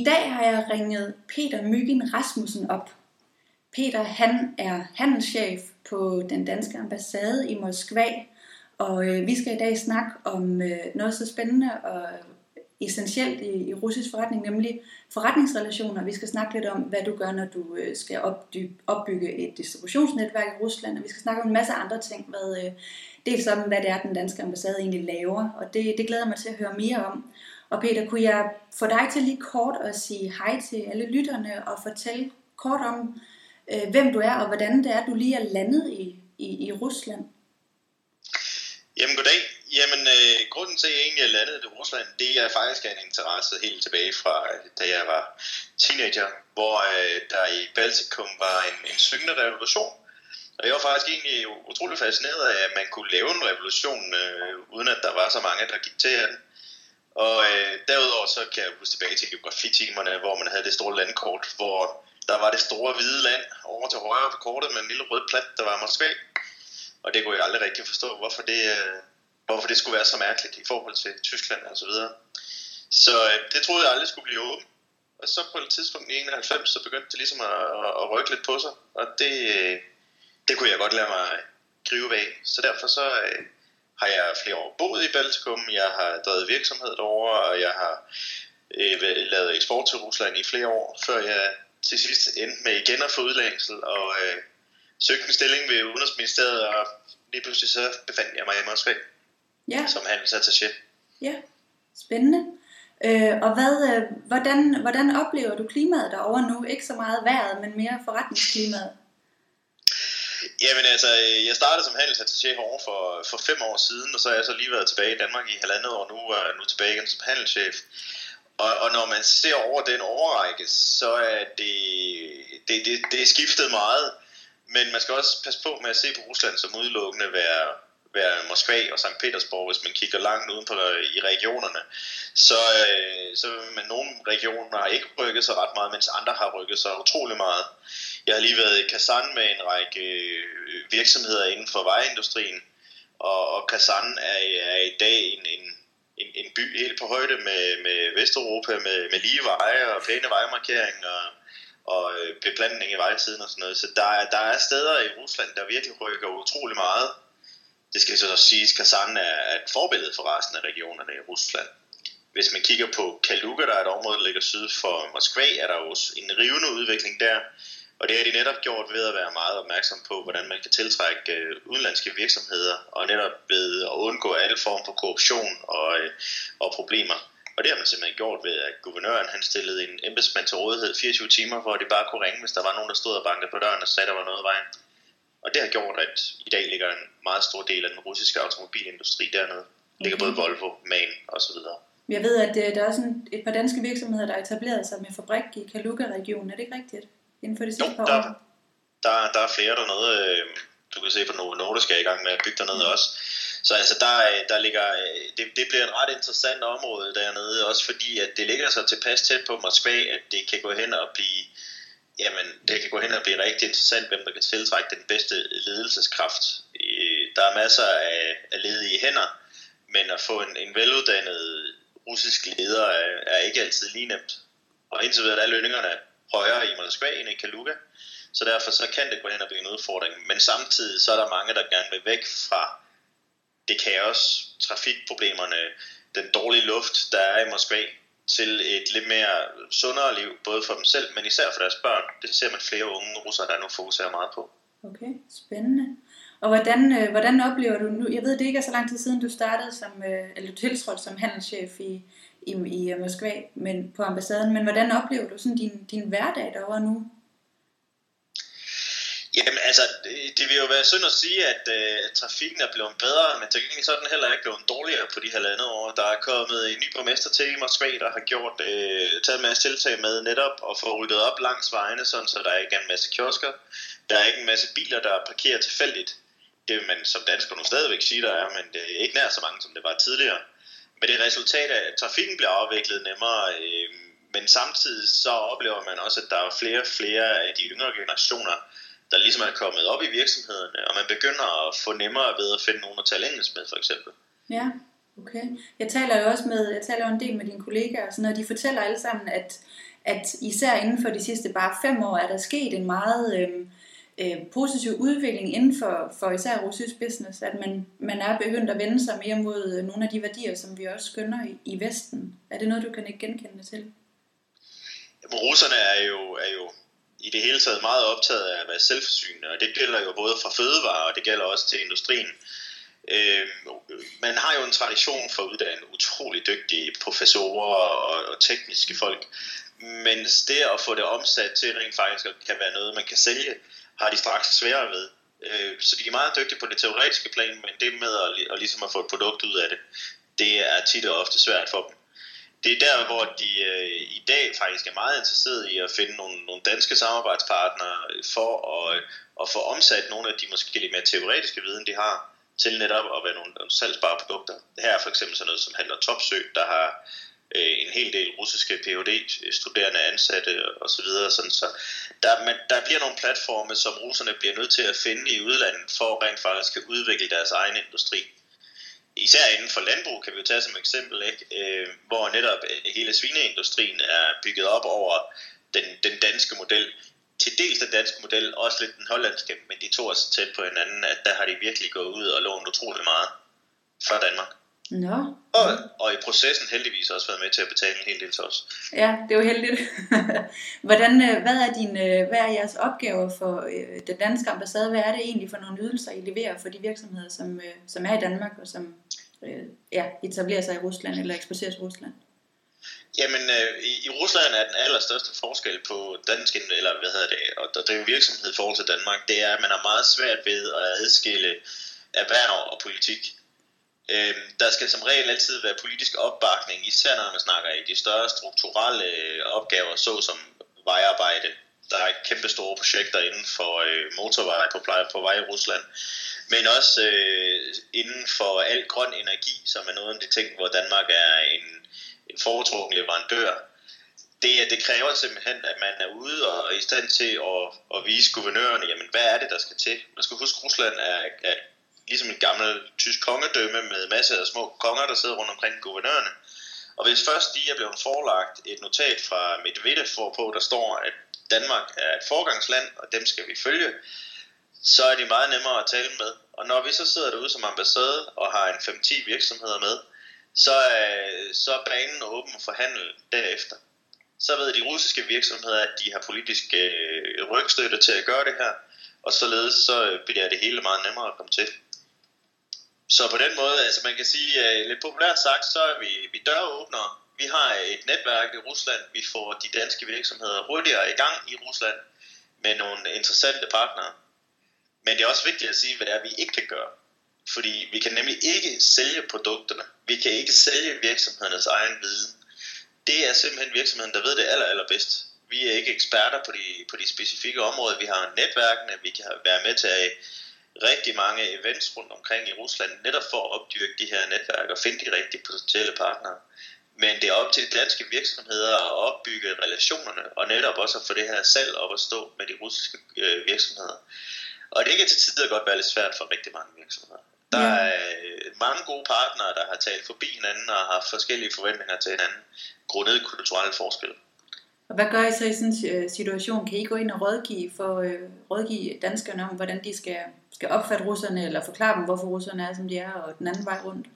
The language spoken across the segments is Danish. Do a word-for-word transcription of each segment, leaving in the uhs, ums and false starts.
dag har jeg ringet Peter Myggen Rasmussen op. Peter, han er handelschef på den danske ambassade i Moskva, og øh, vi skal i dag snakke om øh, noget så spændende og essentielt i, i russisk forretning, nemlig forretningsrelationer. Vi skal snakke lidt om, hvad du gør, når du øh, skal opdyb, opbygge et distributionsnetværk i Rusland, og vi skal snakke om en masse andre ting, hvad, øh, dels om, hvad det er, den danske ambassade egentlig laver, og det, det glæder jeg mig til at høre mere om. Og Peter, kunne jeg få dig til lige kort at sige hej til alle lytterne og fortælle kort om, øh, hvem du er og hvordan det er, du lige er landet i, i, i Rusland? Jamen goddag. Jamen øh, grunden til, at jeg egentlig er landet i Rusland, det er faktisk en interesse helt tilbage fra, da jeg var teenager, hvor øh, der i Baltikum var en, en syngende revolution. Og jeg var faktisk egentlig utrolig fascineret af, at man kunne lave en revolution, øh, uden at der var så mange, der gik til den. Og øh, derudover så kan jeg huske tilbage til geografitimerne, hvor man havde det store landkort, hvor der var det store hvide land over til højre på kortet med en lille rød plet, der var Moskva. Og det kunne jeg aldrig rigtig forstå, hvorfor det, øh, hvorfor det skulle være så mærkeligt i forhold til Tyskland og så videre. Så øh, det troede jeg aldrig skulle blive åbent. Og så på et tidspunkt i enoghalvfems, så begyndte det ligesom at, at, at rykke lidt på sig. Og det, øh, det kunne jeg godt lade mig gribe af. Så derfor så øh, har jeg flere år boet i Baltikum. Jeg har drevet virksomhed derovre, og jeg har øh, lavet eksport til Rusland i flere år, før jeg til sidst endte med igen at få udlængsel og øh, søgte en stilling ved Udenrigsministeriet, og lige pludselig så befandt jeg mig i Moskva, ja, som handelsattaché. Ja, spændende. Øh, og hvad, øh, hvordan, hvordan oplever du klimaet derovre nu? Ikke så meget vejret, men mere forretningsklimaet. Jamen altså, jeg startede som handelsattaché herovre for, for fem år siden, og så har jeg så lige været tilbage i Danmark i halvandet år nu, og nu tilbage igen som handelschef. Og, og når man ser over den overrække, så er det, det, det, det er skiftet meget. Men man skal også passe på med at se på Rusland som udelukkende være, være Moskva og Sankt Petersborg, hvis man kigger langt uden på i regionerne. Så, øh, så men nogle regioner har ikke rykket sig ret meget, mens andre har rykket sig utrolig meget. Jeg har lige været i Kazan med en række virksomheder inden for vejindustrien, og, og Kazan er, er i dag en, en, en, en by helt på højde med, med Vesteuropa, med, med lige veje og pæne vejmarkeringer og og beplantning i vejsiden og sådan noget. Så der er, der er steder i Rusland, der virkelig rykker utrolig meget. Det skal så siges, at Kazan er et forbillede for resten af regionerne i Rusland. Hvis man kigger på Kaluga, der er et område, der ligger syd for Moskva, er der også en rivende udvikling der. Og det har de netop gjort ved at være meget opmærksom på, hvordan man kan tiltrække udenlandske virksomheder, og netop ved at undgå alle former for korruption og, og problemer. Og det har man simpelthen gjort ved, at guvernøren han stillede en embedsmand til rådighed fireogtyve timer, hvor de bare kunne ringe, hvis der var nogen, der stod og bankede på døren og sagde, der var noget i vejen. Og det har gjort, at i dag ligger en meget stor del af den russiske automobilindustri dernede. Der ligger både Volvo, MAN og så videre. Jeg ved, at der er også et par danske virksomheder, der har etableret sig med fabrik i Kaluga-regionen. Er det ikke rigtigt? Inden for det sidste jo, par der, år? Der, der er flere dernede. Du kan se på Novo Nordisk er i gang med at bygge dernede mm. også. Så altså der, der ligger, det, det bliver et ret interessant område dernede, også fordi at det ligger så tilpas tæt på Moskva, at det kan gå hen og blive, jamen det kan gå hen og blive rigtig interessant, hvem der kan tiltrække den bedste ledelseskraft. Der er masser af, af ledige hænder, men at få en, en veluddannet russisk leder er, er ikke altid lige nemt. Og indtil videre er lønningerne højere i Moskva end i Kaluga, så derfor så kan det gå hen og blive en udfordring. Men samtidig så er der mange, der gerne vil væk fra det kaos, trafikproblemerne, den dårlige luft, der er i Moskva, til et lidt mere sundere liv, både for dem selv, men især for deres børn. Det ser man flere unge russere, der nu fokuserer meget på. Okay, spændende. Og hvordan, hvordan oplever du nu, jeg ved, det ikke er så lang tid siden, du startede som, eller du tiltrådte som handelschef i, i, i Moskva, men på ambassaden, men hvordan oplever du sådan din, din hverdag derovre nu? Jamen altså, det vil jo være synd at sige, at uh, trafikken er blevet bedre, men til gengæld så er den heller ikke blevet dårligere på de halvandet år. Der er kommet en ny borgmester til i Moskva, der har gjort, uh, taget en masse tiltag med netop og få ryddet op langs vejene, sådan så der er ikke en masse kiosker. Der er ikke en masse biler, der parkerer tilfældigt. Det vil man som dansker nu stadigvæk sige, der er, men det er ikke nær så mange, som det var tidligere. Men det er resultat af, at trafikken bliver afviklet nemmere, uh, men samtidig så oplever man også, at der er flere og flere af de yngre generationer, der ligesom er kommet op i virksomhederne, og man begynder at få nemmere ved at finde nogen at tale engelsk med, for eksempel. Ja, okay. Jeg taler jo også med, jeg taler jo en del med dine kollegaer, og sådan noget, de fortæller alle sammen, at, at især inden for de sidste bare fem år, er der sket en meget øh, øh, positiv udvikling inden for, for især russisk business, at man, man er begyndt at vende sig mere mod nogle af de værdier, som vi også skønner i, i Vesten. Er det noget, du kan ikke genkende til? Jamen, russerne er jo, er jo i det hele taget meget optaget af at være selvforsynende, og det gælder jo både for fødevarer, og det gælder også til industrien. Øh, man har jo en tradition for at uddanne utrolig dygtige professorer og, og tekniske folk, men det at få det omsat til rent faktisk kan være noget, man kan sælge, har de straks sværere ved. Øh, så de er meget dygtige på det teoretiske plan, men det med at, at, ligesom at få et produkt ud af det, det er tit og ofte svært for dem. Det er der, hvor de øh, i dag faktisk er meget interesserede i at finde nogle, nogle danske samarbejdspartnere for at, at få omsat nogle af de måske lidt mere teoretiske viden, de har, til netop at være nogle, nogle salgsbare produkter. Her er for eksempel sådan noget, som handler Topsø, der har øh, en hel del russiske P H D-studerende ansatte osv. Sådan, så der, man, der bliver nogle platforme, som russerne bliver nødt til at finde i udlandet, for rent faktisk at udvikle deres egen industri. Især inden for landbrug kan vi jo tage som eksempel, ikke? Øh, hvor netop hele svineindustrien er bygget op over den, den danske model. Til dels den danske model, også lidt den hollandske, men de to er så tæt på hinanden, at der har de virkelig gået ud og lånt utrolig meget fra Danmark. Nå. Og, og i processen heldigvis også været med til at betale en hel del til os. Ja, det er jo heldigt. Hvordan, hvad, er din, hvad er jeres opgaver for den danske ambassade? Hvad er det egentlig for nogle ydelser, I leverer for de virksomheder, som, som er i Danmark og som ja, etablerer sig i Rusland eller eksporterer til Rusland? Jamen, øh, i, i Rusland er den allerstørste forskel på dansk, eller hvad hedder det, at drive virksomhed i forhold til Danmark, det er, at man har meget svært ved at adskille erhverv og politik. Øh, der skal som regel altid være politisk opbakning, især når man snakker i de større strukturelle opgaver, såsom vejarbejde. Der er kæmpe store projekter inden for øh, motorveje på, på vej i Rusland, men også øh, inden for al grøn energi, som er noget af de ting, hvor Danmark er en en foretrukken leverandør. Det, det kræver simpelthen, at man er ude og er i stand til at, at vise guvernørerne, jamen hvad er det, der skal til? Man skal huske, at Rusland er, er ligesom et gammelt tysk kongedømme med masser af små konger, der sidder rundt omkring guvernørerne. Og hvis først de er blevet forelagt et notat fra Medvedev, hvorpå der står, at Danmark er et forgangsland, og dem skal vi følge, så er de meget nemmere at tale med. Og når vi så sidder derude som ambassade og har en fem til ti virksomheder med, så, så er banen åben for handel derefter. Så ved de russiske virksomheder, at de har politisk øh, rygstøtte til at gøre det her, og således så bliver det hele meget nemmere at komme til. Så på den måde, altså man kan sige, øh, lidt populært sagt, så er vi, vi døråbnere. Vi har et netværk i Rusland, vi får de danske virksomheder hurtigere i gang i Rusland med nogle interessante partnere. Men det er også vigtigt at sige, hvad det er, vi ikke kan gøre. Fordi vi kan nemlig ikke sælge produkterne. Vi kan ikke sælge virksomhedernes egen viden. Det er simpelthen virksomheden, der ved det aller, allerbedst. Vi er ikke eksperter på de, på de specifikke områder. Vi har netværkene, vi kan være med til at rigtig mange events rundt omkring i Rusland, netop for at opdyrke de her netværk og finde de rigtige potentielle partnere. Men det er op til de danske virksomheder at opbygge relationerne, og netop også at få det her salg op at stå med de russiske øh, virksomheder. Og det kan til tider godt være lidt svært for rigtig mange virksomheder. Der er mange gode partnere, der har talt forbi hinanden og har forskellige forventninger til hinanden, grundet kulturelle forskelle. Og hvad gør I så i sådan en situation? Kan I gå ind og rådgive, for, øh, rådgive danskerne om, hvordan de skal, skal opfatte russerne, eller forklare dem, hvorfor russerne er, som de er, og den anden vej rundt?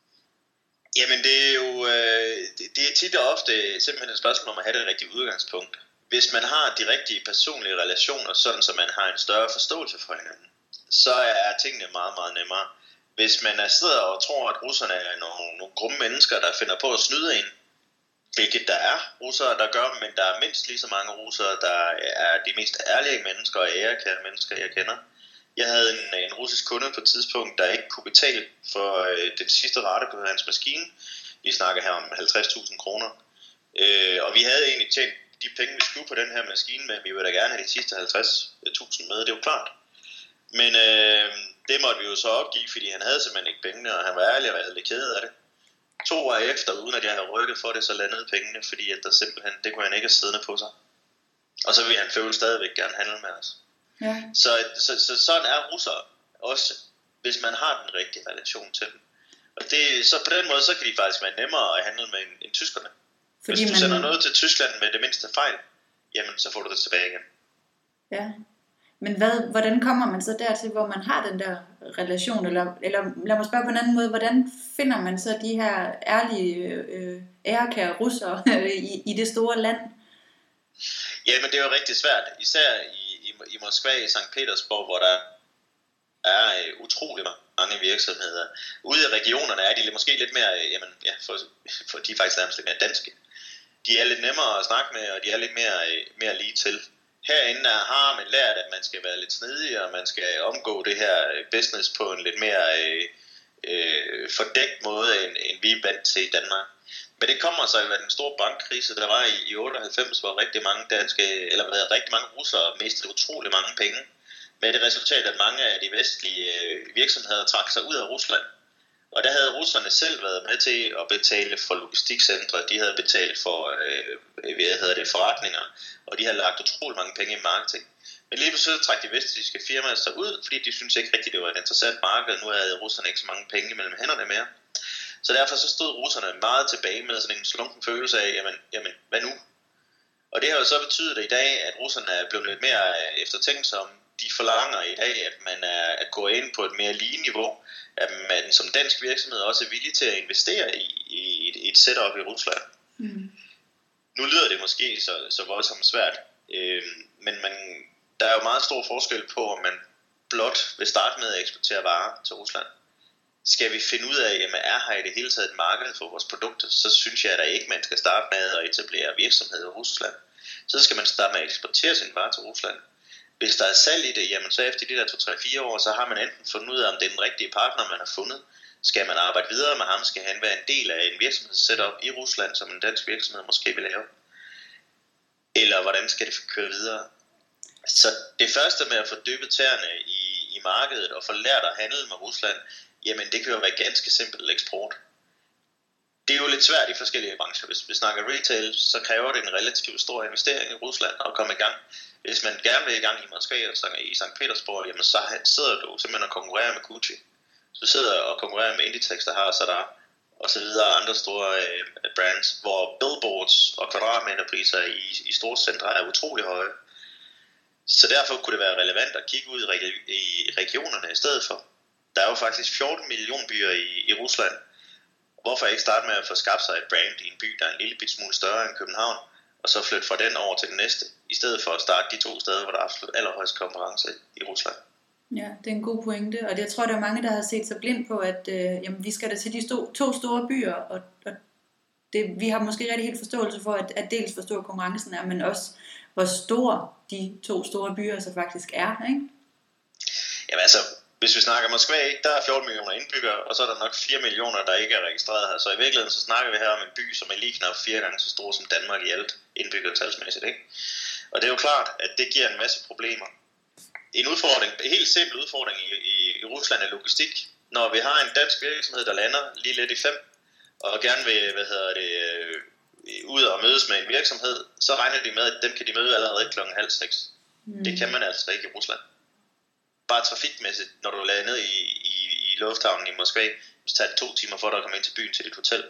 Jamen det er jo øh, det, det er tit og ofte simpelthen et spørgsmål om at have det rigtige udgangspunkt. Hvis man har de rigtige personlige relationer, sådan så man har en større forståelse for hinanden, så er tingene meget, meget nemmere. Hvis man er sidder og tror, at russerne er nogle, nogle grumme mennesker, der finder på at snyde en, hvilket der er russere, der gør, men der er mindst lige så mange russere, der er de mest ærlige mennesker og ærekære mennesker, jeg kender. Jeg havde en, en russisk kunde på et tidspunkt, der ikke kunne betale for øh, den sidste rate på hans maskine. Vi snakker her om halvtreds tusind kroner. Øh, og vi havde egentlig tjent de penge, vi skulle på den her maskine, men vi ville da gerne have de sidste halvtreds tusind med, det er jo klart. Men øh, det måtte vi jo så opgive, fordi han havde simpelthen ikke pengene, og han var ærlig og lidt ked af det. To år efter, uden at jeg havde rykket for det, så landede pengene, fordi at der simpelthen, det kunne han ikke have siddende på sig. Og så ville han føle stadigvæk gerne handle med os. Ja. Så, så, så sådan er russere også, hvis man har den rigtige relation til dem. Og det, så på den måde, så kan de faktisk være nemmere at handle med end, end tyskerne. Fordi Hvis du man... sender noget til Tyskland med det mindste fejl, jamen så får du det tilbage igen. Ja, men hvad, hvordan kommer man så dertil, hvor man har den der relation, eller, eller lad mig spørge på en anden måde, hvordan finder man så de her ærlige, øh, ærekære russere i, i det store land? Jamen det er jo rigtig svært, især i, i, i Moskva, i Sankt Petersborg, hvor der er øh, utrolig mange virksomheder. Ude i regionerne er de måske lidt mere, øh, jamen ja, for, for de er faktisk nærmest lidt mere danske. De er lidt nemmere at snakke med, og de er lidt mere, øh, mere lige til. Herinde har man lært, at man skal være lidt snedig, og man skal omgå det her business på en lidt mere øh, øh, fordækt måde, end, end vi er vant til i Danmark. Men det kommer så af den store bankkrise, der var i, i otteoghalvfems, hvor rigtig mange danske, eller hvad, rigtig mange russere mistede utrolig mange penge. Med det resultat, at mange af de vestlige øh, virksomheder trak sig ud af Rusland. Og der havde russerne selv været med til at betale for logistikcentre, de havde betalt for øh, hvad hedder det, forretninger, og de havde lagt utrolig mange penge i marketing. Men lige pludselig trak de vestiske firmaer sig ud, fordi de syntes ikke rigtigt, det var et interessant marked. Nu havde russerne ikke så mange penge mellem hænderne mere. Så derfor så stod russerne meget tilbage med sådan en slunken følelse af, jamen, jamen hvad nu? Og det har jo så betydet i dag, at russerne er blevet lidt mere eftertænksomme. De forlanger i dag, at man er at gå ind på et mere lige niveau, at man som dansk virksomhed også er villig til at investere i, i, et, i et setup i Rusland. Mm. Nu lyder det måske så, så voldsomt svært, øh, men man, der er jo meget stor forskel på, om man blot vil starte med at eksportere varer til Rusland. Skal vi finde ud af, at er her i det hele taget et marked for vores produkter, så synes jeg da ikke, man skal starte med at etablere virksomhed i Rusland. Så skal man starte med at eksportere sin varer til Rusland. Hvis der er salg i det, jamen så efter de der to tre fire år, så har man enten fundet ud af, om det er den rigtige partner, man har fundet. Skal man arbejde videre med ham, skal han være en del af en virksomhedssetup i Rusland, som en dansk virksomhed måske vil lave. Eller hvordan skal det køre videre? Så det første med at få dybet tæerne i, i markedet og få lært at handle med Rusland, jamen det kan jo være ganske simpelt eksport. Det er jo lidt svært i forskellige brancher. Hvis vi snakker retail, så kræver det en relativt stor investering i Rusland at komme i gang. Hvis man gerne vil i gang i Moskva og i Sankt Petersborg, jamen så sidder du simpelthen og konkurrerer med Gucci. Så du sidder og konkurrerer med Inditex, der har Zadar og så videre andre store øh, brands, hvor billboards og kvadratmeterpriser i, i store centre er utrolig høje. Så derfor kunne det være relevant at kigge ud i, regi- i regionerne i stedet for. Der er jo faktisk fjorten millioner byer i, i Rusland. Hvorfor ikke starte med at få skabt sig et brand i en by, der er en lille bit smule større end København, og så flytte fra den over til den næste, i stedet for at starte de to steder, hvor der er absolut allerhøjst konkurrence i Rusland. Ja, det er en god pointe, og det, jeg tror, der er mange, der har set sig blind på, at øh, jamen, vi skal da til de sto- to store byer, og, og det, vi har måske rigtig helt forståelse for, at, at dels hvor stor konkurrencen er, men også hvor stor de to store byer så faktisk er, ikke? Jamen altså, hvis vi snakker Moskva, ikke, der er fjorten millioner indbyggere, og så er der nok fire millioner, der ikke er registreret her. Så i virkeligheden så snakker vi her om en by, som er lige knap fire gange så stor som Danmark i alt indbyggertalsmæssigt, ikke? Og det er jo klart, at det giver en masse problemer. En udfordring, en helt simpel udfordring i, i, i Rusland er logistik. Når vi har en dansk virksomhed, der lander lige lidt i fem, og gerne vil, hvad hedder det, øh, ud og mødes med en virksomhed, så regner de med, at dem kan de møde allerede klokken halv seks. Mm. Det kan man altså ikke i Rusland. Bare trafikmæssigt, når du lander ned i, i, i lufthavnen i Moskva, så tager det to timer for dig at komme ind til byen til dit hotel.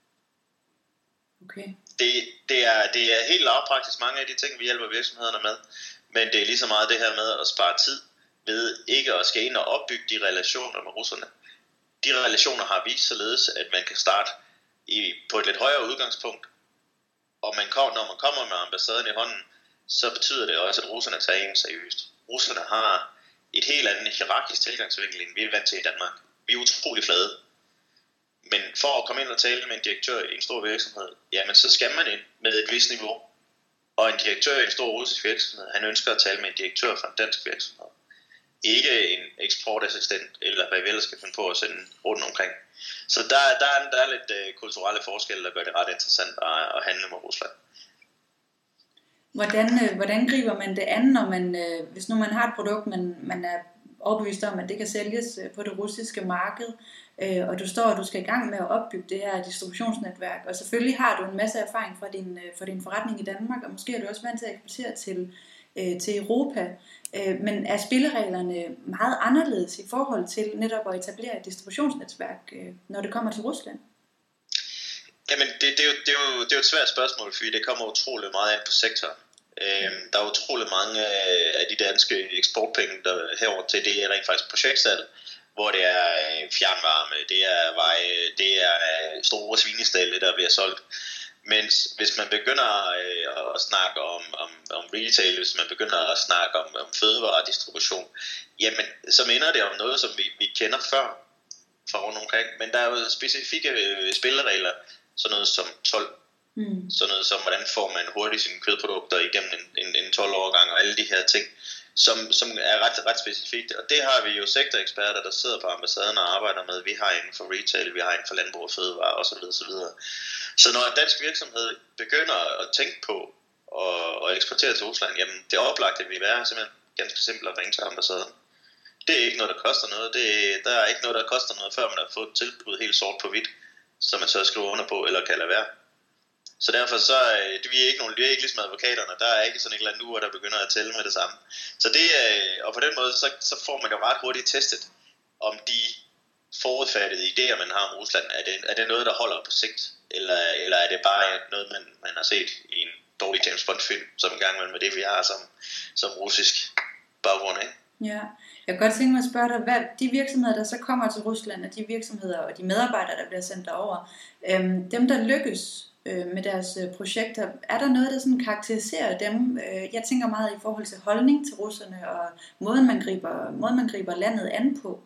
Okay. Det, det, er, det er helt lavpraktisk mange af de ting, vi hjælper virksomhederne med, men det er lige så meget det her med at spare tid ved ikke at skal ind og opbygge de relationer med russerne. De relationer har vist således, at man kan starte i, på et lidt højere udgangspunkt, og man kom, når man kommer med ambassaden i hånden, så betyder det også, at russerne tager en seriøst. Russerne har et helt andet hierarkisk tilgangsvinkel, end vi er vant til i Danmark. Vi er utrolig flade. Men for at komme ind og tale med en direktør i en stor virksomhed, jamen så skal man ind med et vist niveau. Og en direktør i en stor russisk virksomhed, han ønsker at tale med en direktør fra en dansk virksomhed. Ikke en eksportassistent, eller hvad vi ellers skal finde på at sende rundt omkring. Så der, der, er, der er lidt uh, kulturelle forskelle, der gør det ret interessant at, at handle med Rusland. Hvordan, hvordan griber man det an, når man, hvis nu man har et produkt, man, man er overbevist om, at det kan sælges på det russiske marked, og du står og du skal i gang med at opbygge det her distributionsnetværk, og selvfølgelig har du en masse erfaring fra din, fra din forretning i Danmark, og måske er du også vant til at eksportere til, til Europa, men er spillereglerne meget anderledes i forhold til netop at etablere et distributionsnetværk, når det kommer til Rusland? Jamen, det, det, er jo, det, er jo, det er jo et svært spørgsmål, fordi det kommer utrolig meget an på sektoren. Øhm, der er utrolig mange af de danske eksportpenge, der herover til, det er rent faktisk projektsalg, hvor det er fjernvarme, det er veje, det er store svinestalde, der bliver solgt. Mens hvis man begynder øh, at snakke om, om, om retail, hvis man begynder at snakke om, om fødevaredistribution, jamen så minder det om noget, som vi, vi kender før fra rundt omkring. Men der er jo specifikke øh, spilleregler, sådan noget som told, mm. sådan noget som hvordan får man hurtigt sine kødprodukter igennem en, en, en tolv-årgang og alle de her ting, som, som er ret, ret specifikt. Og det har vi jo sektoreksperter, der sidder på ambassaden og arbejder med. Vi har inden for retail, vi har inden for landbrug og fødevare osv. osv. Så når en dansk virksomhed begynder at tænke på at, at eksportere til Rusland, jamen det oplagte vil være simpelthen ganske simpelt at ringe til ambassaden. Det er ikke noget, der koster noget. Det er, der er ikke noget, der koster noget, før man har fået tilbud helt sort på hvidt, som man så skriver under på eller kan lade være. Så derfor så det vi er ikke nogen, vi er ikke ligesom advokaterne. Der er ikke sådan et eller andet nu, der begynder at tælle med det samme. Så det, og på den måde så, så får man jo ret hurtigt testet, om de forudfattede idéer, man har om Rusland, er det, er det noget, der holder på sigt, eller, eller er det bare noget, man, man har set i en dårlig James Bond-film, som en gang med det, vi har som, som russisk baggrund, ikke? Ja, jeg kan godt tænke mig at spørge dig, hvad de virksomheder, der så kommer til Rusland, og de virksomheder og de medarbejdere, der bliver sendt derover, øhm, dem, der lykkes øh, med deres øh, projekter, er der noget, der sådan karakteriserer dem? Øh, jeg tænker meget i forhold til holdning til russerne, og måden, man griber, måden, man griber landet an på.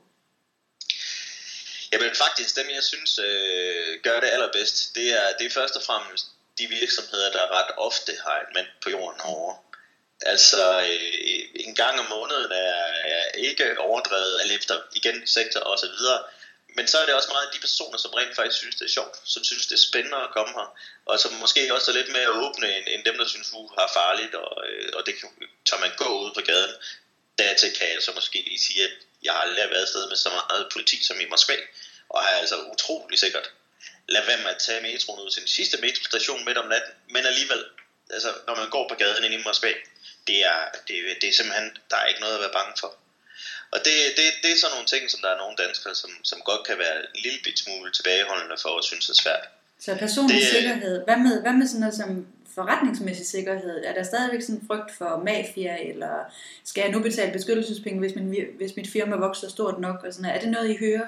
Jamen faktisk, dem jeg synes øh, gør det allerbedst, det er, det er først og fremmest de virksomheder, der ret ofte har en mand på jorden over. Altså øh, en gang om måneden er, er ikke overdrevet, alt efter igen sektor og så videre. Men så er det også meget af de personer, som rent faktisk synes, det er sjovt, som synes, det er spændende at komme her, og som måske også er lidt mere åbne end, end dem, der synes, uh, har farligt, og, øh, og det kan, tør man gå ud på gaden. Dertil kan jeg så måske lige sige, at jeg har aldrig været afsted med så meget politik som i Moskva, og har altså utrolig sikkert lad være med at tage metroen ud til den sidste metrostation midt om natten, men alligevel, altså når man går på gaden inde i Moskva, det er, det, det er simpelthen, der er ikke noget at være bange for. Og det, det, det er sådan nogle ting, som der er nogle danskere, som, som godt kan være en lille bit smule tilbageholdende for at synes er svært. Så personlig det, sikkerhed, hvad med, hvad med sådan noget som forretningsmæssig sikkerhed? Er der stadigvæk sådan en frygt for mafia, eller skal jeg nu betale beskyttelsespenge, hvis, min, hvis mit firma vokser stort nok? Og sådan noget? Er det noget, I hører?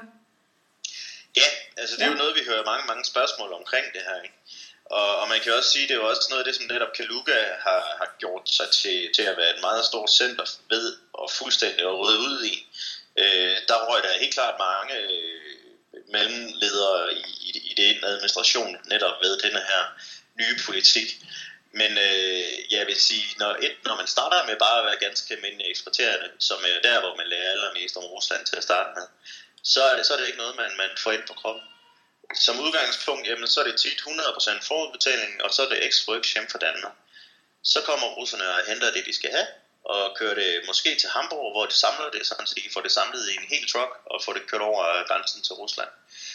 Ja, altså det er ja. jo noget, vi hører mange, mange spørgsmål omkring det her, ikke? Og, og man kan også sige, det er jo også noget af det, som netop Kaluga har, har gjort sig til, til at være et meget stort center ved og fuldstændig at rydde ud i. Øh, der røg der helt klart mange øh, mellemledere i, i, i den administration netop ved denne her nye politik. Men øh, jeg vil sige, når, et, når man starter med bare at være ganske almindelig eksporterende, som er der, hvor man lærer allermest om Rusland til at starte med, så er det, så er det ikke noget, man, man får ind på kroppen. Som udgangspunkt, jamen, så er det tit hundrede procent forudbetaling, og så er det ekstra hjem fra Danmark. Så kommer russerne og henter det, de skal have, og kører det måske til Hamburg, hvor de samler det, så de får det samlet i en hel truck, og får det kørt over grænsen til Rusland.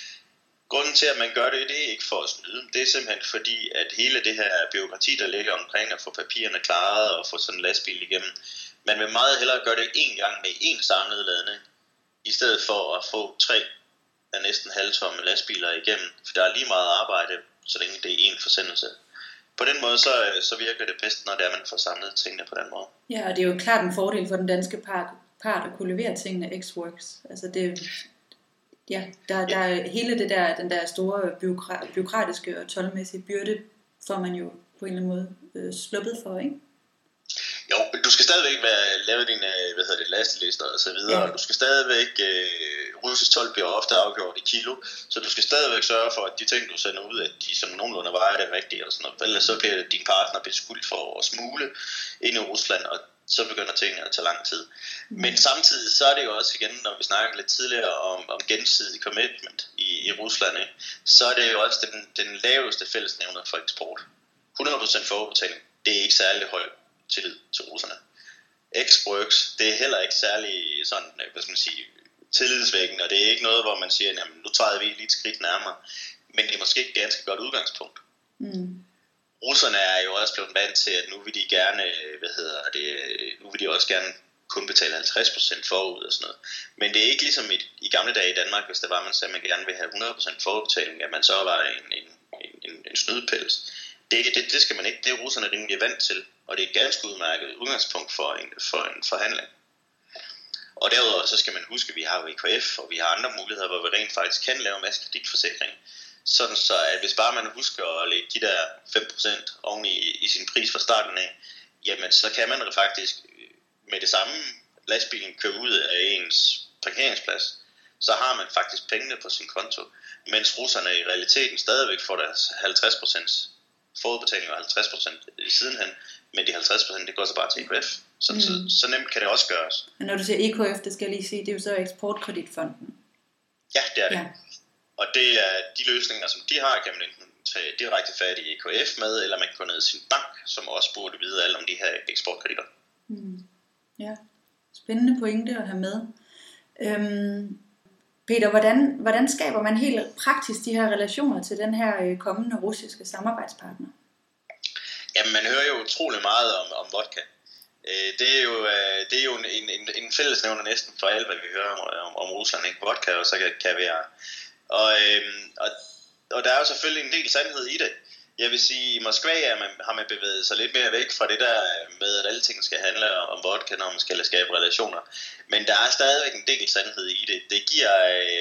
Grunden til, at man gør det, det er ikke for at snyde. Det er simpelthen fordi, at hele det her bureaukrati, der ligger omkring at få papirerne klaret og få sådan en lastbil igennem, man vil meget hellere gøre det en gang med en samlet ladning, i stedet for at få tre af næsten halvtomme lastbiler igennem, for der er lige meget arbejde, så længe det er en forsendelse. På den måde, så, så virker det bedst, når det er, man får samlet tingene på den måde. Ja, og det er jo klart en fordel for den danske part, part at kunne levere tingene X-Works. Altså det, ja, der, der er hele det der, den der store bureaukratiske og toldmæssige byrde, får man jo på en eller anden måde øh, sluppet for, ikke? Jo, du skal stadigvæk være, lave dine hvad hedder det, lastelister og så videre, ja. Og du skal stadigvæk, øh, russisk told bliver ofte afgjort i kilo, så du skal stadigvæk sørge for, at de ting, du sender ud, at de som nogenlunde vejer det rigtigt, og sådan noget. Ellers så bliver din partner beskyldt for at smule ind i Rusland, og så begynder tingene at tage lang tid. Mm. Men samtidig så er det jo også igen, når vi snakker lidt tidligere om, om gensidig commitment i, i Rusland, ikke? Så er det jo også den, den laveste fællesnævner for eksport. hundrede procent forudbetaling, det er ikke særlig højt tillid til russerne. X-Works, det er heller ikke særlig sådan, hvad skal man sige, tillidsvækkende, og det er ikke noget, hvor man siger, jamen nu træder vi lige et skridt nærmere, men det er måske ikke et ganske godt udgangspunkt. Mm. Russerne er jo også blevet vant til, at nu vil de gerne, hvad hedder det, nu vil de også gerne kun betale halvtreds procent forud og sådan noget. Men det er ikke ligesom i, i gamle dage i Danmark, hvis det var, man sagde, at man gerne vil have hundrede procent forudbetaling, at man så var en, en en, en, en snydepels. Det, det, det skal man ikke, det er russerne rimelig vant til, og det er et ganske udmærket udgangspunkt for en, for en forhandling. Og derudover så skal man huske, at vi har jo E K F, og vi har andre muligheder, hvor vi rent faktisk kan lave masse kreditforsikring. Sådan så, at hvis bare man husker at lægge de der fem procent oven i, i sin pris fra starten af, jamen så kan man faktisk med det samme lastbilen køre ud af ens parkeringsplads, så har man faktisk pengene på sin konto, mens russerne i realiteten stadigvæk får deres halvtreds procent forudbetaling og halvtreds procent sidenhen, men de halvtreds procent det går så bare til E K F. Så, mm. så, så nemt kan det også gøres. Men når du siger E K F, det skal jeg lige sige, det er jo så Eksportkreditfonden. Ja, det er det. Ja. Og det er de løsninger, som de har, kan man enten tage direkte fat i E K F med, eller man kan gå ned i sin bank, som også burde vide alt om de her eksportkreditter. Mm. Ja, spændende pointe at have med. Øhm, Peter, hvordan, hvordan skaber man helt praktisk de her relationer til den her øh, kommende russiske samarbejdspartner? Jamen, man hører jo utrolig meget om, om vodka. Øh, det er jo, øh, det er jo en, en, en fællesnævner næsten for alt, hvad vi hører om, om, om Rusland. Ikke? Vodka og så kan kaviar. Og, øhm, og, og der er jo selvfølgelig en del sandhed i det. Jeg vil sige, i Moskva er man, har man bevæget sig lidt mere væk fra det der med, at alle ting skal handle om vodka, når man skal skabe relationer. Men der er stadigvæk en del sandhed i det. Det giver,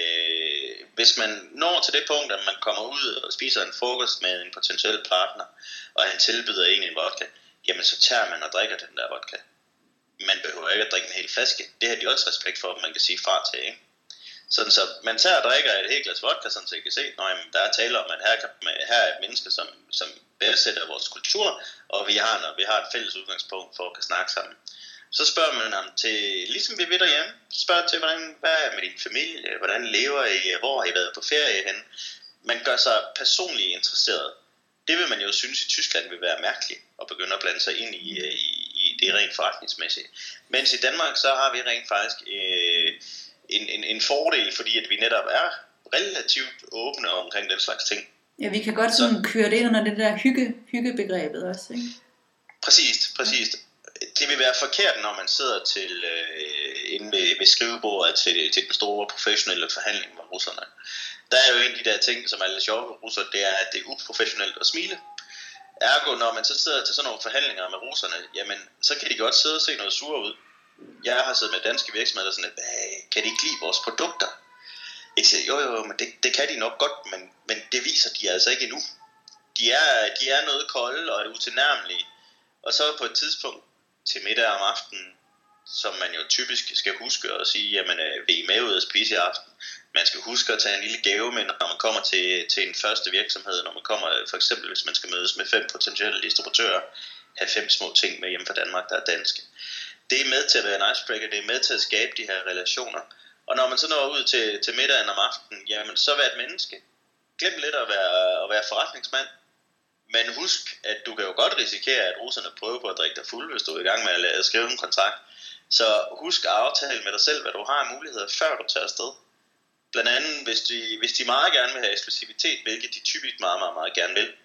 øh, hvis man når til det punkt, at man kommer ud og spiser en frokost med en potentiel partner, og han tilbyder en en vodka, jamen så tager man og drikker den der vodka. Man behøver ikke at drikke en hel flaske. Det har de også respekt for, at man kan sige fra til, ikke? Sådan så man tager og drikker et helt glas vodka, sådan så I kan se, at der er tale om, at her, kan, her er et menneske, som, som værdsætter vores kultur, og vi har, når vi har et fælles udgangspunkt for at kan snakke sammen. Så spørger man ham til, ligesom vi ved derhjemme, spørger til, hvordan, hvad er med din familie, hvordan lever I, hvor har I været på ferie henne. Man gør sig personligt interesseret. Det vil man jo synes i Tyskland vil være mærkeligt, at begynde at blande sig ind i, i, i det rent forretningsmæssige. Mens i Danmark, så har vi rent faktisk øh, en, en, en fordel, fordi at vi netop er relativt åbne omkring den slags ting. Ja, vi kan godt sådan så, køre det ind under det der hygge, hyggebegrebet også, ikke? Præcis, præcis. Det vil være forkert, når man sidder til øh, inde ved, ved skrivebordet til, til den store professionelle forhandling med russerne. Der er jo en af de der ting, som er lidt sjove ved russer, det er, at det er uprofessionelt at smile. Ergo, når man så sidder til sådan nogle forhandlinger med russerne, jamen, så kan de godt sidde og se noget sure ud. Jeg har siddet med danske virksomheder, der sådan, at kan de ikke lide vores produkter? Jeg siger, jo jo, men det, det kan de nok godt, men, men det viser de altså ikke endnu. De er, de er noget kolde og er utilnærmelige. Og så på et tidspunkt til middag om aftenen, som man jo typisk skal huske at sige, jamen vil I med ud at spise i aften? Man skal huske at tage en lille gave med, når man kommer til, til en første virksomhed, når man kommer, for eksempel hvis man skal mødes med fem potentielle distributører, have fem små ting med hjem fra Danmark, der er danske. Det er med til at være en icebreaker, det er med til at skabe de her relationer. Og når man så når ud til, til middagen om aftenen, jamen så vær et menneske. Glem lidt at være, at være forretningsmand. Men husk, at du kan jo godt risikere, at russerne prøver på at drikke dig fuld, hvis du er i gang med at skrive en kontrakt. Så husk at aftale med dig selv, hvad du har af muligheder, før du tager afsted. Blandt andet, hvis de, hvis de meget gerne vil have eksklusivitet, hvilket de typisk meget, meget, meget gerne vil,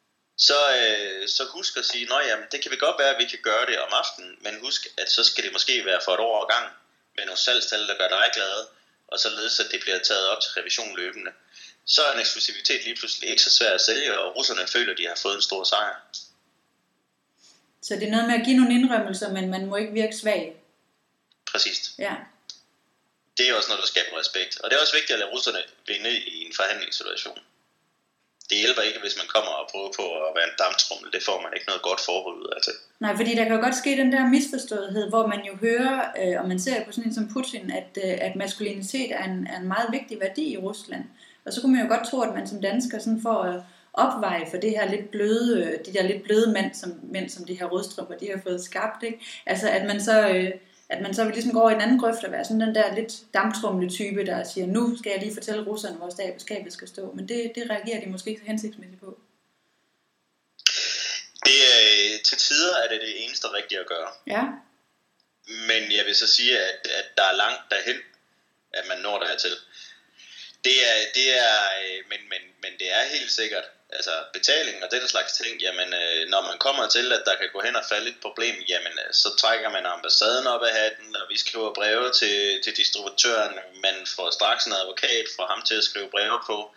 så, øh, så husk at sige, nå jamen, det kan vi godt være, at vi kan gøre det om aftenen, men husk, at så skal det måske være for et år ad gang, med nogle salgstal, der gør dig glade, og således, at det bliver taget op til revision løbende. Så er en eksklusivitet lige pludselig ikke så svær at sælge, og russerne føler, at de har fået en stor sejr. Så det er noget med at give nogle indrømmelser, men man må ikke virke svag. Præcist. Ja. Det er også noget, der skaber respekt. Og det er også vigtigt at lade russerne vinde i en forhandlingssituation. Det hjælper ikke, hvis man kommer og prøver på at være en damptrummel. Det får man ikke noget godt forhold ud af det. Nej, fordi der kan jo godt ske den der misforståethed, hvor man jo hører, øh, og man ser på sådan en som Putin, at, øh, at maskulinitet er en, er en meget vigtig værdi i Rusland. Og så kunne man jo godt tro, at man som dansker sådan får øh, opveje for det her lidt bløde, øh, de der lidt bløde mænd, som, mænd, som de her rødstrømper, de har fået skabt, ikke? Altså at man så... Øh, at man så vil ligesom gå over i en anden grøft og være sådan den der lidt damptrumle type, der siger, nu skal jeg lige fortælle russerne, hvor skabet skal stå. Men det, det reagerer de måske ikke så hensigtsmæssigt på. Det er, til tider er det det eneste rigtige at gøre. Ja. Men jeg vil så sige, at, at der er langt derhen, at man når dertil. Det er, det er, men, men, men det er helt sikkert, altså betaling og den slags ting, jamen når man kommer til, at der kan gå hen og falde et problem, jamen så trækker man ambassaden op af hatten, og vi skriver breve til, til distributøren, man får straks en advokat for ham til at skrive breve på,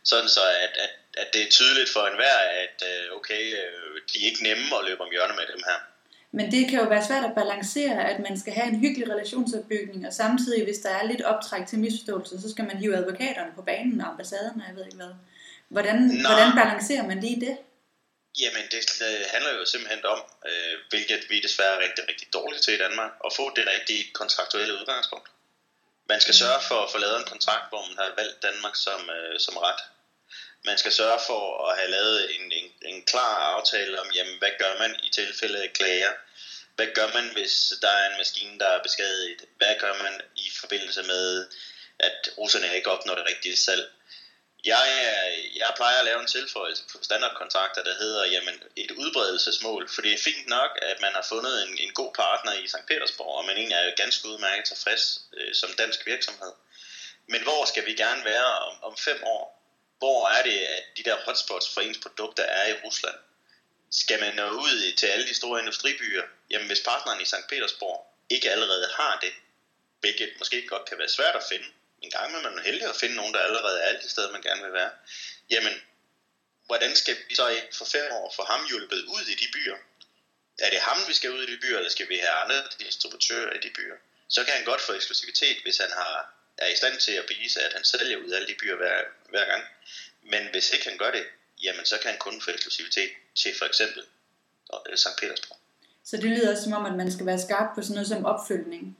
sådan så at, at, at det er tydeligt for enhver, at øh, okay, øh, de er ikke nemme at løbe om hjørnet med dem her. Men det kan jo være svært at balancere, at man skal have en hyggelig relationsopbygning, og samtidig, hvis der er lidt optræk til misforståelse, så skal man hive advokaterne på banen og ambassaderne, jeg ved ikke hvad. Hvordan, hvordan balancerer man lige det? Jamen, det handler jo simpelthen om, øh, hvilket vi desværre er rigtig, rigtig dårligt til i Danmark, at få det rigtige kontraktuelle udgangspunkt. Man skal sørge for at få lavet en kontrakt, hvor man har valgt Danmark som, øh, som ret. Man skal sørge for at have lavet en, en, en klar aftale om, jamen, hvad gør man i tilfælde af klager? Hvad gør man, hvis der er en maskine, der er beskadiget? Hvad gør man i forbindelse med, at russerne ikke opnår det rigtige salg? Jeg, jeg plejer at lave en tilføjelse på standardkontrakter, der hedder jamen, et udbredelsesmål, for det er fint nok, at man har fundet en, en god partner i Sankt Petersborg, og man egentlig er ganske udmærket tilfreds øh, som dansk virksomhed. Men hvor skal vi gerne være om, om fem år? Hvor er det, at de der hotspots for ens produkter er i Rusland? Skal man nå ud til alle de store industribyer? Jamen hvis partneren i Sankt Petersborg ikke allerede har det, hvilket måske godt kan være svært at finde, en gang er man heldig at finde nogen, der allerede er alle de steder, man gerne vil være. Jamen, hvordan skal vi så for fem år få ham hjulpet ud i de byer? Er det ham, vi skal ud i de byer, eller skal vi have andre distributører i de byer? Så kan han godt få eksklusivitet, hvis han har, er i stand til at bevise, at han sælger ud af alle de byer hver, hver gang. Men hvis ikke han gør det, jamen så kan han kun få eksklusivitet til for eksempel Sankt Petersborg. Så det lyder også som om, at man skal være skarp på sådan noget som opfølgning.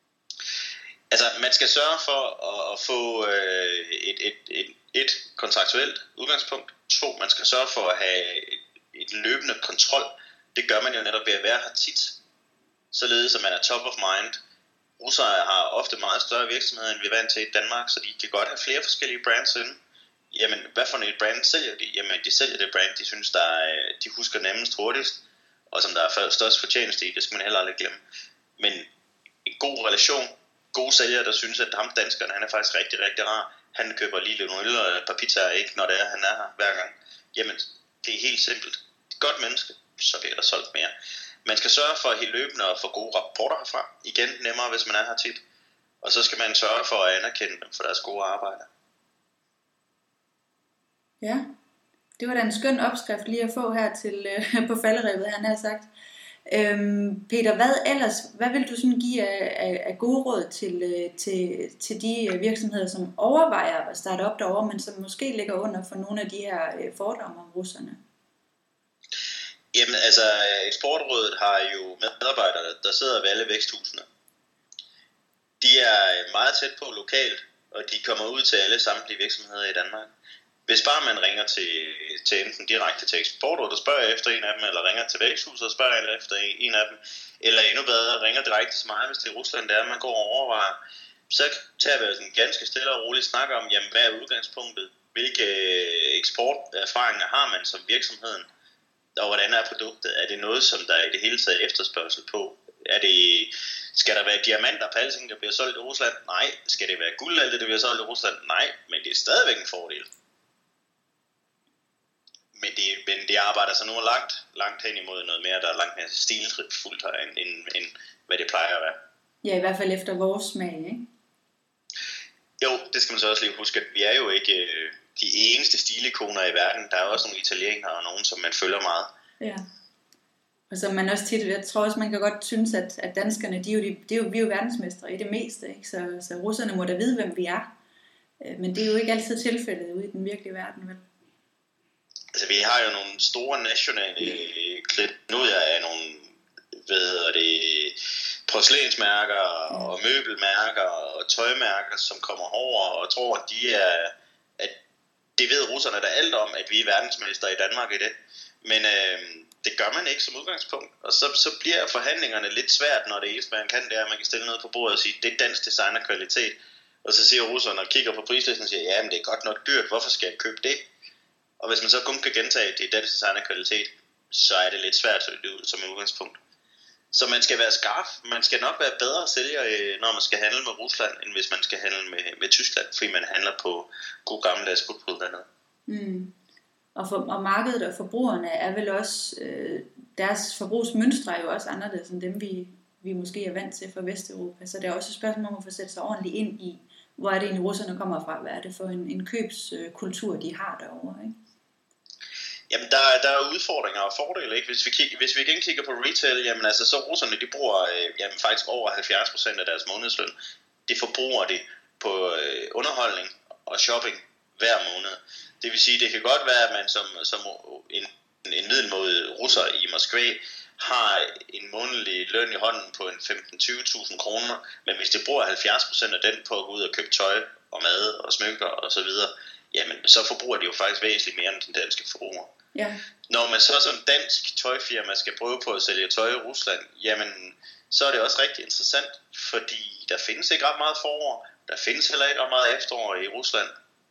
Altså, man skal sørge for at, at få øh, et, et, et, et kontraktuelt udgangspunkt. To, man skal sørge for at have et, et løbende kontrol. Det gør man jo netop ved at være her tit. Således at man er top of mind. Russere har ofte meget større virksomheder, end vi er vant til i Danmark, så de kan godt have flere forskellige brands inde. Jamen, hvad for et brand sælger de? Jamen, de sælger det brand, de synes, der er, de husker nemmest hurtigst, og som der er størst fortjeneste i, det skal man heller aldrig glemme. Men en god relation, gode sælgere, der synes, at ham danskeren, han er faktisk rigtig, rigtig rar. Han køber lige lidt øl og et par pizzaer, ikke, når det er, han er her hver gang. Jamen, det er helt simpelt. Det er et godt menneske, så bliver der solgt mere. Man skal sørge for at helt løbende og få gode rapporter herfra. Igen nemmere, hvis man er her tit. Og så skal man sørge for at anerkende dem for deres gode arbejde. Ja, det var da en skøn opskrift lige at få her til øh, på falderebet, han har sagt. Øhm, Peter, hvad ellers, hvad vil du sådan give af, af, af gode råd til, til, til de virksomheder, som overvejer at starte op derovre, men som måske ligger under for nogle af de her fordomme om russerne? Jamen altså, Eksportrådet har jo medarbejdere, der sidder ved alle væksthusene. De er meget tæt på lokalt, og de kommer ud til alle samtlige virksomheder i Danmark. Hvis bare man ringer til, til enten direkte til Eksportrådet og spørger efter en af dem, eller ringer til væksthuset og spørger efter en af dem, eller endnu bedre ringer direkte til mig, hvis det er Rusland, der er, man går og overvejer, så tager vi en ganske stille og roligt snak om, jamen, hvad er udgangspunktet? Hvilke eksporterfaringer har man som virksomheden? Og hvordan er produktet? Er det noget, som der i det hele taget er efterspørgsel på? Er det, skal der være diamanter på alting, der bliver solgt i Rusland? Nej. Skal det være guld, alt det, der bliver solgt i Rusland? Nej. Men det er stadigvæk en fordel. Men det, men det arbejder så nu langt, langt hen imod noget mere, der er langt mere stilfuldt her, end, end, end hvad det plejer at være. Ja, i hvert fald efter vores smag, ikke? Jo, det skal man så også lige huske, at vi er jo ikke øh, de eneste stilikoner i verden. Der er også nogle italienere og nogen, som man følger meget. Ja. Og som man også tit, jeg tror også, man kan godt synes, at, at danskerne, de er jo, de, de er jo, vi er jo verdensmestre i det meste, ikke? Så, så russerne må da vide, hvem vi er. Men det er jo ikke altid tilfældet ude i den virkelige verden, vel? Altså, vi har jo nogle store nationale klip nu af nogle, hvad hedder det, porcelænsmærker og møbelmærker og tøjmærker, som kommer over og tror, at de er, at det ved russerne da alt om, at vi er verdensmester i Danmark i det. Men øh, det gør man ikke som udgangspunkt. Og så, så bliver forhandlingerne lidt svært, når det eneste man kan, det er, at man kan stille noget på bordet og sige, det er dansk designerkvalitet. Og så siger russerne og kigger på prislisten og siger, ja, men det er godt nok dyrt, hvorfor skal jeg købe det? Og hvis man så kun kan gentage, at det er dansk designerkvalitet, så er det lidt svært som udgangspunkt. Så man skal være skarp. Man skal nok være bedre sælger, når man skal handle med Rusland, end hvis man skal handle med, med Tyskland, fordi man handler på god gammeldags budbrud dernede. Mm. Og, for, og markedet og forbrugerne er vel også, øh, deres forbrugsmønstre er jo også anderledes end dem, vi, vi måske er vant til fra Vesteuropa. Så det er også et spørgsmål om at få sætte sig ordentligt ind i, hvor er det egentlig russerne kommer fra, hvad er det for en, en købskultur, de har derovre, ikke? Jamen, der, der er udfordringer og fordele, ikke? Hvis vi, kigger, hvis vi igen kigger på retail, jamen altså, så russerne, de bruger øh, jamen, faktisk over halvfjerds procent af deres månedsløn. Det forbruger de på øh, underholdning og shopping hver måned. Det vil sige, det kan godt være, at man som, som en, en middelmådig russer i Moskva har en månedlig løn i hånden på en femten til tyve tusind kroner, men hvis de bruger halvfjerds procent af den på at gå ud og købe tøj og mad og smykker og så videre, jamen så forbruger de jo faktisk væsentligt mere end den danske forbruger. Ja. Når man så som dansk tøjfirma skal prøve på at sælge tøj i Rusland, jamen så er det også rigtig interessant, fordi der findes ikke ret meget forår, der findes heller ikke ret meget efterår i Rusland.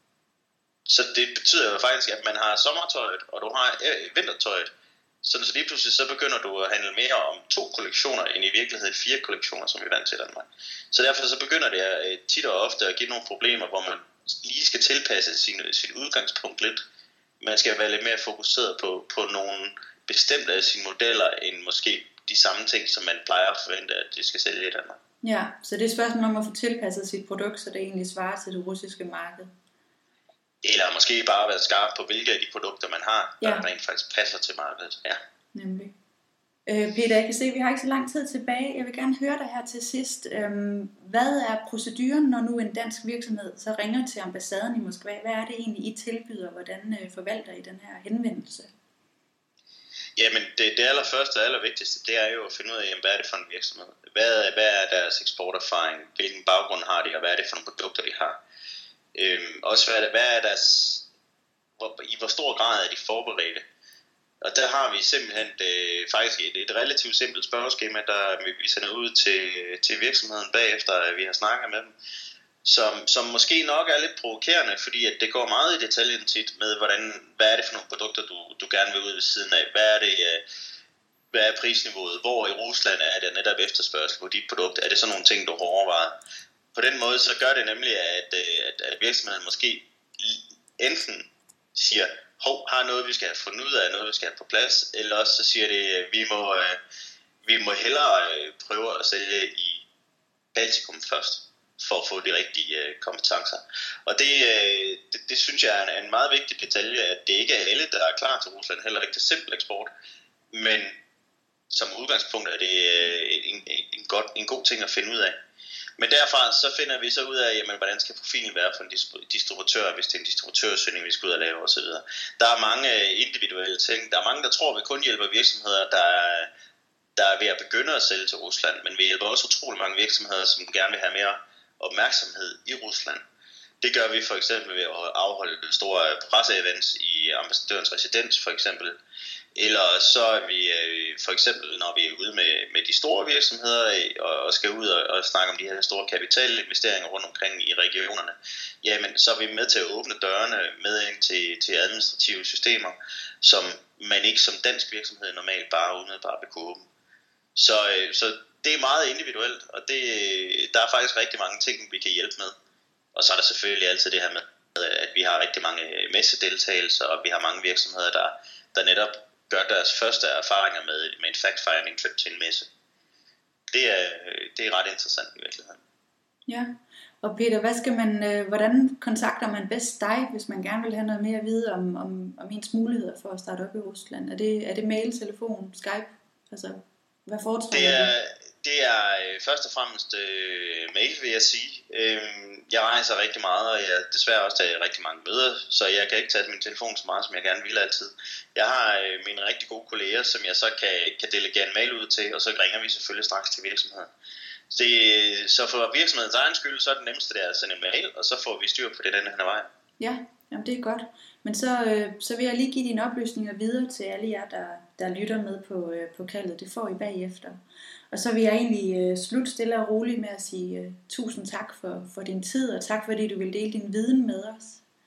Så det betyder jo faktisk, at man har sommertøjet, og du har vintertøjet. Så lige pludselig så begynder du at handle mere om to kollektioner, end i virkeligheden fire kollektioner, som vi er vant til i Danmark. Så derfor så begynder det tit og ofte at give nogle problemer, hvor man lige skal tilpasse sin, sit udgangspunkt lidt. Man skal være lidt mere fokuseret på, på nogle bestemte af sine modeller, end måske de samme ting, som man plejer at forvente, at det skal sælge i Danmark. Ja, så det er et spørgsmål om at få tilpasset sit produkt, så det egentlig svarer til det russiske marked. Eller måske bare være skarp på, hvilke af de produkter, man har, ja. der rent faktisk passer til markedet. Ja. Nemlig. Øh, Peter, jeg kan se, at vi har ikke så lang tid tilbage. Jeg vil gerne høre dig her til sidst. Øhm, hvad er proceduren, når nu en dansk virksomhed så ringer til ambassaden i Moskva? Hvad er det egentlig, I tilbyder? Hvordan øh, forvalter I den her henvendelse? Jamen, det, det allerførste og allervigtigste, det er jo at finde ud af, jamen, hvad er det for en virksomhed? Hvad, hvad er deres eksporterfaring? Hvilken baggrund har de, og hvad er det for nogle produkter, de har? Øhm, også hvad er, det, hvad er deres, hvor, i hvor stor grad er de forberedte? Og der har vi simpelthen det, faktisk et, et relativt simpelt spørgeskema, der vi sender ud til, til virksomheden bagefter, at vi har snakket med dem, som, som måske nok er lidt provokerende, fordi at det går meget i detaljen tit med, hvordan, hvad er det for nogle produkter, du, du gerne vil ud ved siden af? Hvad er det, hvad er prisniveauet? Hvor i Rusland er det netop efterspørgsel på dit produkt? Er det sådan nogle ting, du har overvejet? På den måde så gør det nemlig, at, at, at virksomheden måske enten siger, hov, har noget, vi skal have fundet ud af, noget, vi skal have på plads, eller også så siger det, at vi må, vi må hellere prøve at sælge i Baltikum først, for at få de rigtige kompetencer. Og det, det, det synes jeg er en meget vigtig detalje, at det ikke er alle, der er klar til Rusland, heller ikke til simpel eksport, men som udgangspunkt er det en, en, god, en god ting at finde ud af. Men derfra så finder vi så ud af, jamen, hvordan skal profilen være for en distributør, hvis det er en distributørsøgning, vi skal ud og lave osv. Der er mange individuelle ting. Der er mange, der tror, at vi kun hjælper virksomheder, der er, der er ved at begynde at sælge til Rusland. Men vi hjælper også utrolig mange virksomheder, som gerne vil have mere opmærksomhed i Rusland. Det gør vi for eksempel ved at afholde store presseevents i ambassadørens residens for eksempel. Eller så er vi for eksempel, når vi er ude med, med de store virksomheder og skal ud og, og snakke om de her store kapitalinvesteringer rundt omkring i regionerne, jamen så er vi med til at åbne dørene med ind til, til administrative systemer, som man ikke som dansk virksomhed normalt bare umiddelbart vil kunne åbne. Så, så det er meget individuelt, og det, der er faktisk rigtig mange ting, vi kan hjælpe med. Og så er der selvfølgelig altid det her med, at vi har rigtig mange messedeltagelser, og vi har mange virksomheder, der, der netop gør deres første erfaringer med, med en fact-finding trip til en messe. Det er, det er ret interessant i virkeligheden. Ja, og Peter, hvad skal man, hvordan kontakter man bedst dig, hvis man gerne vil have noget mere at vide om, om, om ens muligheder for at starte op i Rusland? Er det, er det mail, telefon, Skype? Altså, hvad foretrækker det er, du? Det er først og fremmest øh, mail, vil jeg sige. Øh, jeg rejser rigtig meget, og jeg desværre også tager rigtig mange møder, så jeg kan ikke tage min telefon så meget, som jeg gerne vil altid. Jeg har øh, mine rigtig gode kolleger, som jeg så kan, kan delegere en mail ud til, og så ringer vi selvfølgelig straks til virksomheden. Det, så for virksomhedens egen skyld, så er det nemmeste der at sende en mail, og så får vi styr på det den her vej. Ja, jamen det er godt. Men så, øh, så vil jeg lige give dine oplysninger videre til alle jer, der, der lytter med på, øh, på kaldet. Det får I bagefter. Og så vil jeg egentlig øh, slutte stille og roligt med at sige øh, tusind tak for, for din tid, og tak fordi du vil dele din viden med os.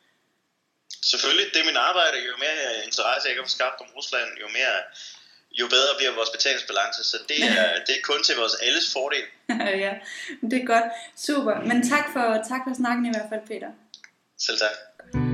Selvfølgelig, det er min arbejde. Jo mere interesse jeg kan få skabt om Rusland, jo mere, jo bedre bliver vores betalingsbalance. Så det er, det er kun til vores alles fordel. Ja, det er godt. Super. Men tak for, tak for snakken i hvert fald, Peter. Selv tak.